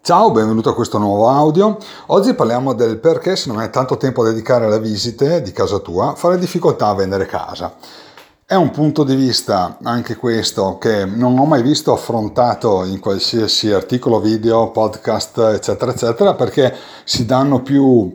Ciao, benvenuto a questo nuovo audio. Oggi parliamo del perché, se non hai tanto tempo da dedicare alle visite di casa tua, fare difficoltà a vendere casa. È un punto di vista, anche questo, che non ho mai visto affrontato in qualsiasi articolo, video, podcast, eccetera, eccetera, perché si danno più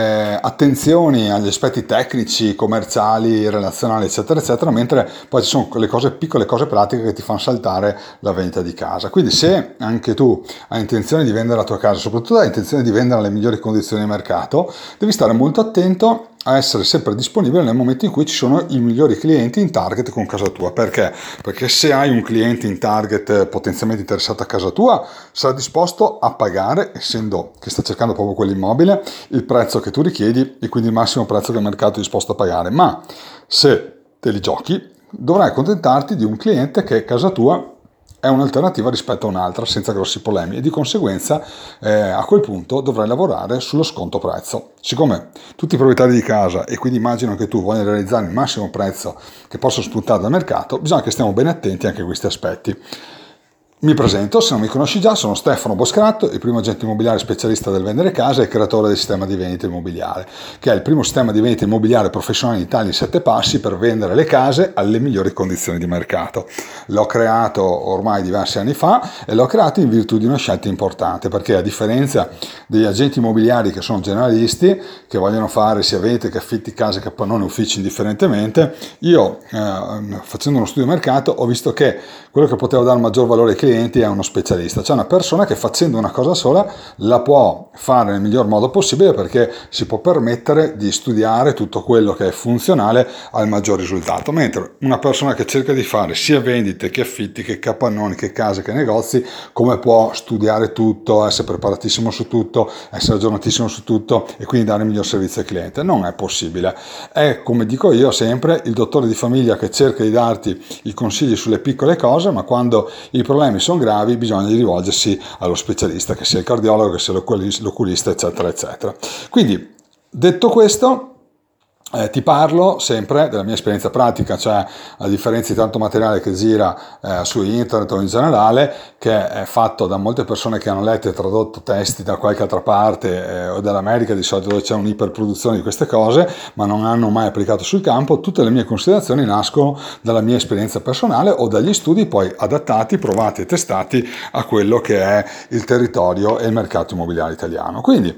attenzioni agli aspetti tecnici, commerciali, relazionali, eccetera, eccetera, mentre poi ci sono quelle cose, piccole cose pratiche che ti fanno saltare la vendita di casa. Quindi se anche tu hai intenzione di vendere la tua casa, soprattutto hai intenzione di vendere alle migliori condizioni di mercato, devi stare molto attento a essere sempre disponibile nel momento in cui ci sono i migliori clienti in target con casa tua. Perché? Perché se hai un cliente in target potenzialmente interessato a casa tua, sarà disposto a pagare, essendo che sta cercando proprio quell'immobile, il prezzo che tu richiedi e quindi il massimo prezzo che il mercato è disposto a pagare. Ma se te li giochi, dovrai accontentarti di un cliente che casa tua è un'alternativa rispetto a un'altra senza grossi problemi e di conseguenza a quel punto dovrai lavorare sullo sconto prezzo. Siccome tutti i proprietari di casa, e quindi immagino che tu voglia realizzare il massimo prezzo che possa spuntare dal mercato, bisogna che stiamo bene attenti anche a questi aspetti. Mi presento, se non mi conosci già, sono Stefano Boscratto, il primo agente immobiliare specialista del vendere casa e creatore del sistema di vendita immobiliare, che è il primo sistema di vendita immobiliare professionale in Italia in 7 passi per vendere le case alle migliori condizioni di mercato. L'ho creato ormai diversi anni fa e l'ho creato in virtù di una scelta importante, perché a differenza degli agenti immobiliari che sono generalisti, che vogliono fare sia vendite che affitti case che poi non uffici indifferentemente, io facendo uno studio di mercato ho visto che quello che poteva dare maggior valore ai clienti è uno specialista, cioè una persona che facendo una cosa sola la può fare nel miglior modo possibile, perché si può permettere di studiare tutto quello che è funzionale al maggior risultato, mentre una persona che cerca di fare sia vendite che affitti che capannoni che case che negozi, come può studiare tutto, essere preparatissimo su tutto, essere aggiornatissimo su tutto e quindi dare il miglior servizio al cliente? Non è possibile. È, come dico io sempre, il dottore di famiglia che cerca di darti i consigli sulle piccole cose, ma quando i problemi sono gravi bisogna rivolgersi allo specialista, che sia il cardiologo, che sia l'oculista, eccetera, eccetera. Quindi, detto questo, ti parlo sempre della mia esperienza pratica, cioè a differenza di tanto materiale che gira su internet o in generale, che è fatto da molte persone che hanno letto e tradotto testi da qualche altra parte o dall'America, di solito dove c'è un'iperproduzione di queste cose, ma non hanno mai applicato sul campo. Tutte le mie considerazioni nascono dalla mia esperienza personale o dagli studi poi adattati, provati e testati a quello che è il territorio e il mercato immobiliare italiano. Quindi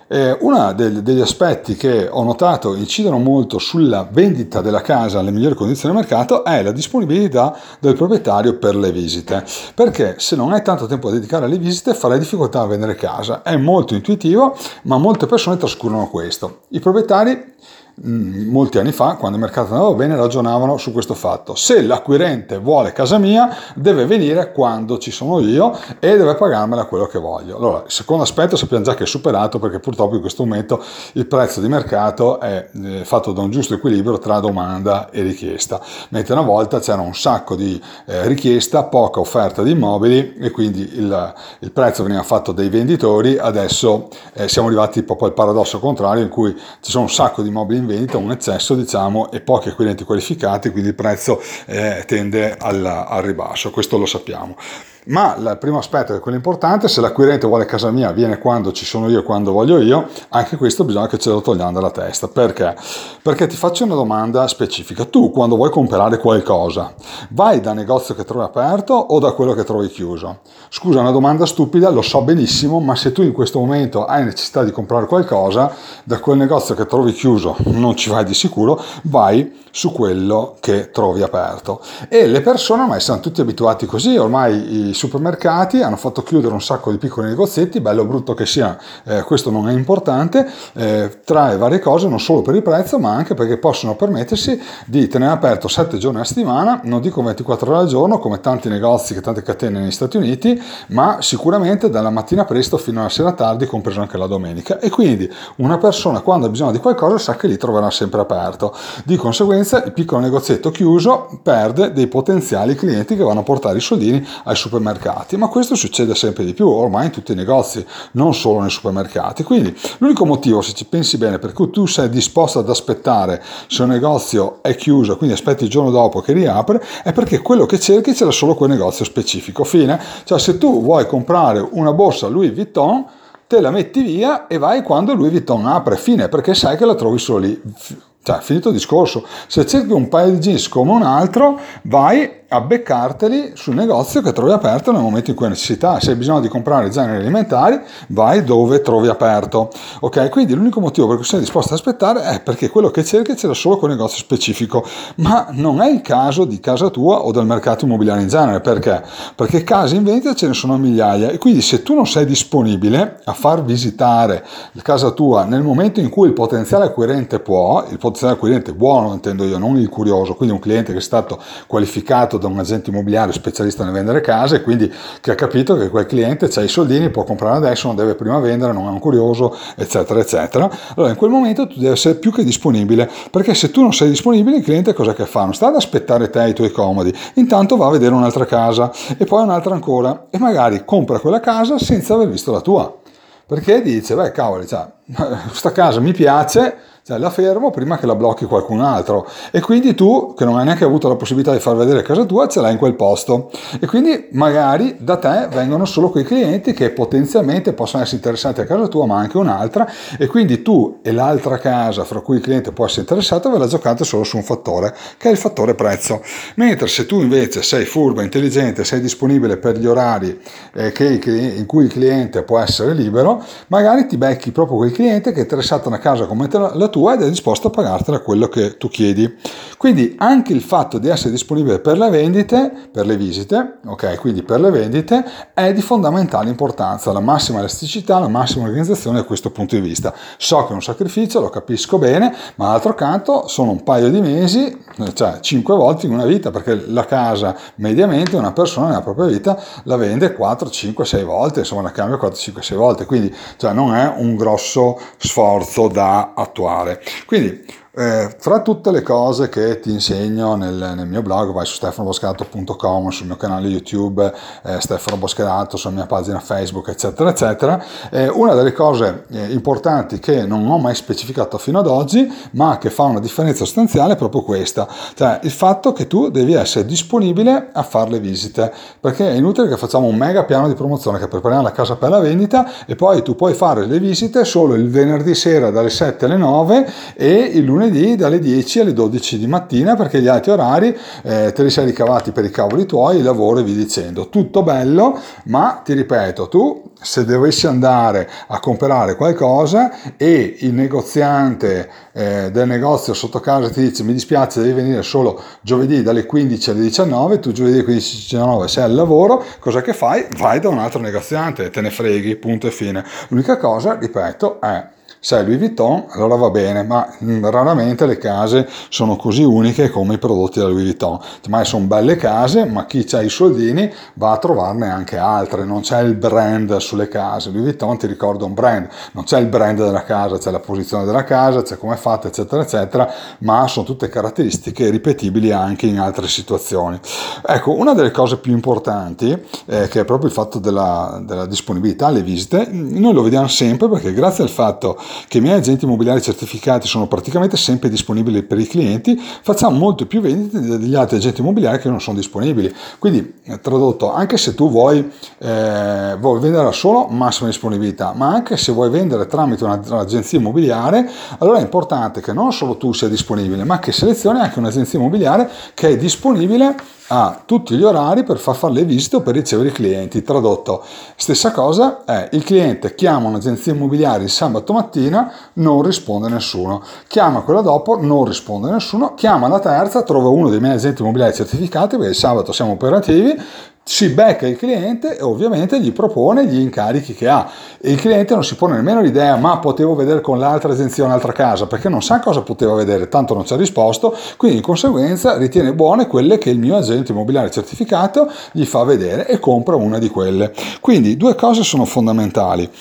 uno degli aspetti che ho notato incidono molto sulla vendita della casa alle migliori condizioni di mercato è la disponibilità del proprietario per le visite, perché se non hai tanto tempo da dedicare alle visite farai difficoltà a vendere casa. È molto intuitivo, ma molte persone trascurano questo. I proprietari molti anni fa, quando il mercato andava bene, ragionavano su questo fatto: se l'acquirente vuole casa mia deve venire quando ci sono io e deve pagarmela quello che voglio. Allora, il secondo aspetto sappiamo già che è superato, perché purtroppo in questo momento il prezzo di mercato è fatto da un giusto equilibrio tra domanda e richiesta, mentre una volta c'era un sacco di richiesta, poca offerta di immobili e quindi il prezzo veniva fatto dai venditori. Adesso siamo arrivati proprio al paradosso contrario, in cui ci sono un sacco di immobili in vendita, un eccesso diciamo, e pochi acquirenti qualificati, quindi il prezzo tende al ribasso, questo lo sappiamo. Ma il primo aspetto è quello importante: se l'acquirente vuole casa mia viene quando ci sono io e quando voglio io. Anche questo bisogna che ce lo togliamo dalla testa. Perché? Perché ti faccio una domanda specifica: tu quando vuoi comprare qualcosa vai dal negozio che trovi aperto o da quello che trovi chiuso? Scusa, è una domanda stupida, lo so benissimo, ma se tu in questo momento hai necessità di comprare qualcosa, da quel negozio che trovi chiuso non ci vai di sicuro, vai su quello che trovi aperto. E le persone ormai sono tutti abituati così, ormai i supermercati hanno fatto chiudere un sacco di piccoli negozietti, bello o brutto che sia, questo non è importante, trae varie cose non solo per il prezzo ma anche perché possono permettersi di tenere aperto 7 giorni a settimana, non dico 24 ore al giorno come tanti negozi, che tante catene negli Stati Uniti, ma sicuramente dalla mattina presto fino alla sera tardi, compreso anche la domenica, e quindi una persona quando ha bisogno di qualcosa sa che lì troverà sempre aperto. Di conseguenza il piccolo negozietto chiuso perde dei potenziali clienti che vanno a portare i soldini al supermercato supermercati, ma questo succede sempre di più ormai in tutti i negozi, non solo nei supermercati. Quindi l'unico motivo, se ci pensi bene, per cui tu sei disposto ad aspettare se un negozio è chiuso, quindi aspetti il giorno dopo che riapre, è perché quello che cerchi c'era solo quel negozio specifico. Fine. Cioè, se tu vuoi comprare una borsa Louis Vuitton, te la metti via e vai quando Louis Vuitton apre, fine, perché sai che la trovi solo lì. Cioè, finito il discorso. Se cerchi un paio di jeans come un altro, vai a beccarteli sul negozio che trovi aperto nel momento in cui hai necessità. Se hai bisogno di comprare generi alimentari, vai dove trovi aperto. Ok, quindi l'unico motivo per cui sei disposto ad aspettare è perché quello che cerchi c'era solo quel negozio specifico. Ma non è il caso di casa tua o del mercato immobiliare in genere. Perché? Perché case in vendita ce ne sono migliaia, e quindi se tu non sei disponibile a far visitare casa tua nel momento in cui il potenziale acquirente può, il potenziale acquirente buono intendo io, non il curioso, quindi un cliente che è stato qualificato da un agente immobiliare specialista nel vendere case, e quindi che ha capito che quel cliente c'ha i soldini, può comprare adesso, non deve prima vendere, non è un curioso, eccetera eccetera. Allora in quel momento tu devi essere più che disponibile, perché se tu non sei disponibile il cliente cosa che fa? Non sta ad aspettare te i tuoi comodi, intanto va a vedere un'altra casa e poi un'altra ancora, e magari compra quella casa senza aver visto la tua, perché dice beh cavoli, cioè, questa casa mi piace, cioè, la fermo prima che la blocchi qualcun altro, e quindi tu che non hai neanche avuto la possibilità di far vedere casa tua ce l'hai in quel posto, e quindi magari da te vengono solo quei clienti che potenzialmente possono essere interessati a casa tua ma anche un'altra, e quindi tu e l'altra casa fra cui il cliente può essere interessato ve la giocate solo su un fattore che è il fattore prezzo. Mentre se tu invece sei furbo, intelligente, sei disponibile per gli orari in cui il cliente può essere libero, magari ti becchi proprio quel cliente che è interessato a una casa come la tua ed è disposto a pagartela quello che tu chiedi. Quindi anche il fatto di essere disponibile per le vendite, per le visite, ok, quindi per le vendite è di fondamentale importanza, la massima elasticità, la massima organizzazione da questo punto di vista. So che è un sacrificio, lo capisco bene, ma d'altro canto sono un paio di mesi, cioè 5 volte in una vita, perché la casa mediamente una persona nella propria vita la vende 4, 5, 6 volte, insomma la cambia 4, 5, 6 volte, quindi cioè, non è un grosso sforzo da attuare. Quindi fra tutte le cose che ti insegno nel mio blog, vai su stefanoboscarato.com, sul mio canale YouTube Stefano Boscherato, sulla mia pagina Facebook, eccetera eccetera, una delle cose importanti che non ho mai specificato fino ad oggi ma che fa una differenza sostanziale è proprio questa, cioè il fatto che tu devi essere disponibile a fare le visite, perché è inutile che facciamo un mega piano di promozione, che prepariamo la casa per la vendita e poi tu puoi fare le visite solo il venerdì sera dalle 7 alle 9 e il lunedì dalle 10 alle 12 di mattina, perché gli altri orari te li sei ricavati per i cavoli tuoi, il lavoro e via dicendo. Tutto bello, ma ti ripeto, tu se dovessi andare a comprare qualcosa e il negoziante del negozio sotto casa ti dice mi dispiace devi venire solo giovedì dalle 15 alle 19, tu giovedì 15 alle 19 sei al lavoro, cosa che fai? Vai da un altro negoziante e te ne freghi, punto e fine. L'unica cosa, ripeto, è se è Louis Vuitton allora va bene, ma raramente le case sono così uniche come i prodotti da Louis Vuitton, ma sono belle case, ma chi ha i soldini va a trovarne anche altre, non c'è il brand sulle case. Louis Vuitton ti ricorda un brand, non c'è il brand della casa, c'è la posizione della casa, c'è come è fatta eccetera eccetera, ma sono tutte caratteristiche ripetibili anche in altre situazioni. Ecco, una delle cose più importanti che è proprio il fatto della disponibilità alle visite, noi lo vediamo sempre perché grazie al fatto che i miei agenti immobiliari certificati sono praticamente sempre disponibili per i clienti, facciamo molto più vendite degli altri agenti immobiliari che non sono disponibili. Quindi tradotto, anche se tu vuoi vendere da solo, massima disponibilità, ma anche se vuoi vendere tramite un'agenzia immobiliare, allora è importante che non solo tu sia disponibile, ma che selezioni anche un'agenzia immobiliare che è disponibile a tutti gli orari per far fare le visite o per ricevere i clienti. Tradotto, stessa cosa è il cliente chiama un'agenzia immobiliare il sabato mattina, non risponde nessuno, chiama quella dopo, non risponde nessuno, chiama la terza, trova uno dei miei agenti immobiliari certificati perché il sabato siamo operativi, si becca il cliente e ovviamente gli propone gli incarichi che ha, e il cliente non si pone nemmeno l'idea ma potevo vedere con l'altra agenzia un'altra casa, perché non sa cosa poteva vedere, tanto non ci ha risposto, quindi di conseguenza ritiene buone quelle che il mio agente immobiliare certificato gli fa vedere e compra una di quelle. Quindi due cose sono fondamentali.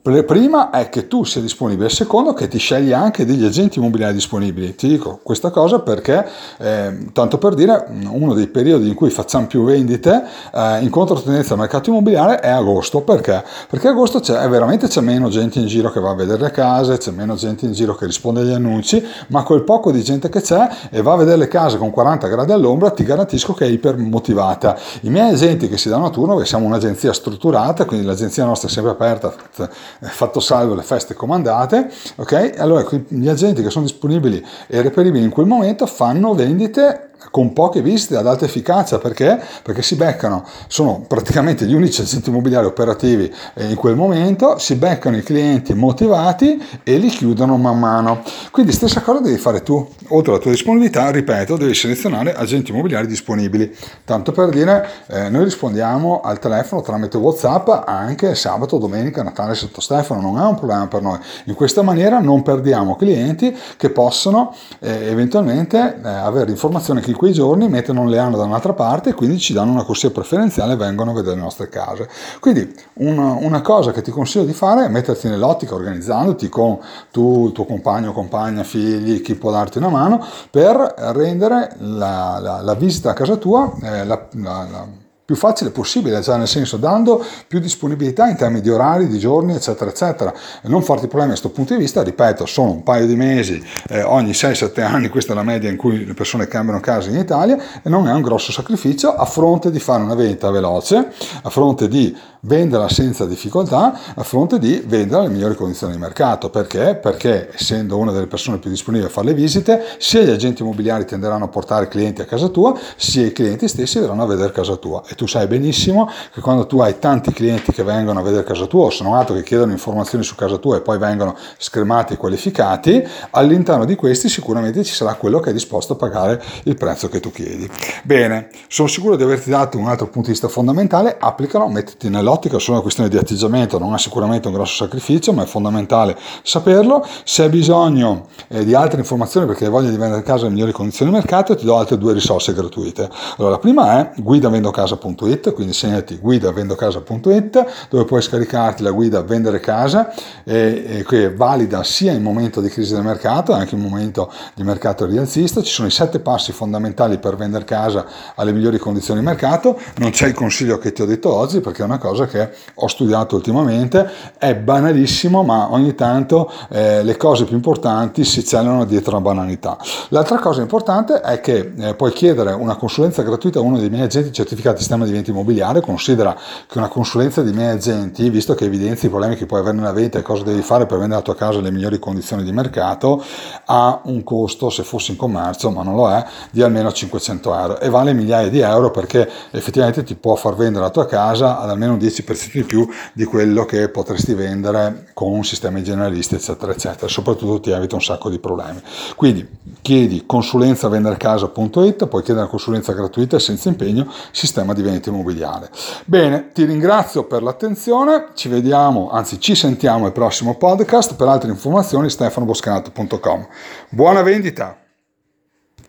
Prima è che tu sia disponibile, secondo che ti scegli anche degli agenti immobiliari disponibili. Ti dico questa cosa perché, tanto per dire, uno dei periodi in cui facciamo più vendite in controtendenza al mercato immobiliare è agosto. Perché? Perché agosto c'è meno gente in giro che va a vedere le case, c'è meno gente in giro che risponde agli annunci, ma quel poco di gente che c'è e va a vedere le case con 40 gradi all'ombra, ti garantisco che è iper motivata. I miei agenti che si danno a turno, perché siamo un'agenzia strutturata, quindi l'agenzia nostra è sempre aperta, fatto salvo le feste comandate, ok? Allora gli agenti che sono disponibili e reperibili in quel momento fanno vendite con poche visite ad alta efficacia. Perché? Perché si beccano, sono praticamente gli unici agenti immobiliari operativi in quel momento, si beccano i clienti motivati e li chiudono man mano. Quindi stessa cosa devi fare tu, oltre alla tua disponibilità, ripeto, devi selezionare agenti immobiliari disponibili. Tanto per dire, noi rispondiamo al telefono tramite WhatsApp anche sabato, domenica, Natale, Santo Stefano, non è un problema per noi. In questa maniera non perdiamo clienti che possono eventualmente avere informazioni che in quei giorni mentre non le hanno da un'altra parte, e quindi ci danno una corsia preferenziale e vengono a vedere le nostre case. Quindi una cosa che ti consiglio di fare è metterti nell'ottica, organizzandoti con tu, il tuo compagno, compagna, figli, chi può darti una mano, per rendere la visita a casa tua più facile possibile, cioè nel senso dando più disponibilità in termini di orari, di giorni, eccetera, eccetera. E non farti problemi da questo punto di vista, ripeto, sono un paio di mesi, ogni 6-7 anni, questa è la media in cui le persone cambiano casa in Italia, e non è un grosso sacrificio a fronte di fare una vendita veloce, a fronte di venderla senza difficoltà, a fronte di venderla alle migliori condizioni di mercato. Perché? Perché essendo una delle persone più disponibili a fare le visite, sia gli agenti immobiliari tenderanno a portare clienti a casa tua, sia i clienti stessi verranno a vedere casa tua. E tu sai benissimo che quando tu hai tanti clienti che vengono a vedere casa tua, o se non altro che chiedono informazioni su casa tua e poi vengono scremati e qualificati, all'interno di questi sicuramente ci sarà quello che è disposto a pagare il prezzo che tu chiedi. Bene, sono sicuro di averti dato un altro punto di vista fondamentale, applicalo, mettiti nell'ottica, solo una questione di atteggiamento, non è sicuramente un grosso sacrificio, ma è fondamentale saperlo. Se hai bisogno di altre informazioni perché hai voglia di vendere casa alle migliori condizioni di mercato, ti do altre 2 risorse gratuite. Allora, la prima è guidavendocasa.it, quindi segnati guidavendocasa.it, dove puoi scaricarti la guida Vendere Casa, che è valida sia in momento di crisi del mercato, anche in momento di mercato rialzista. Ci sono i 7 passi fondamentali per vendere casa alle migliori condizioni di mercato. Non c'è il consiglio che ti ho detto oggi, perché è una cosa che ho studiato ultimamente, è banalissimo, ma ogni tanto le cose più importanti si celano dietro la banalità. L'altra cosa importante è che puoi chiedere una consulenza gratuita a uno dei miei agenti certificati sistema di vendita immobiliare. Considera che una consulenza di miei agenti, visto che evidenzi i problemi che puoi avere nella vendita e cosa devi fare per vendere la tua casa alle migliori condizioni di mercato, ha un costo, se fossi in commercio, ma non lo è, di almeno 500 euro, e vale migliaia di euro, perché effettivamente ti può far vendere la tua casa ad almeno un 10% di più di quello che potresti vendere con sistemi generalisti, eccetera, eccetera. Soprattutto ti evita un sacco di problemi. Quindi chiedi consulenzavendercasa.it, puoi chiedere una consulenza gratuita e senza impegno, sistema di vendita immobiliare. Bene, ti ringrazio per l'attenzione, ci sentiamo al prossimo podcast. Per altre informazioni stefanoboscanato.com. Buona vendita!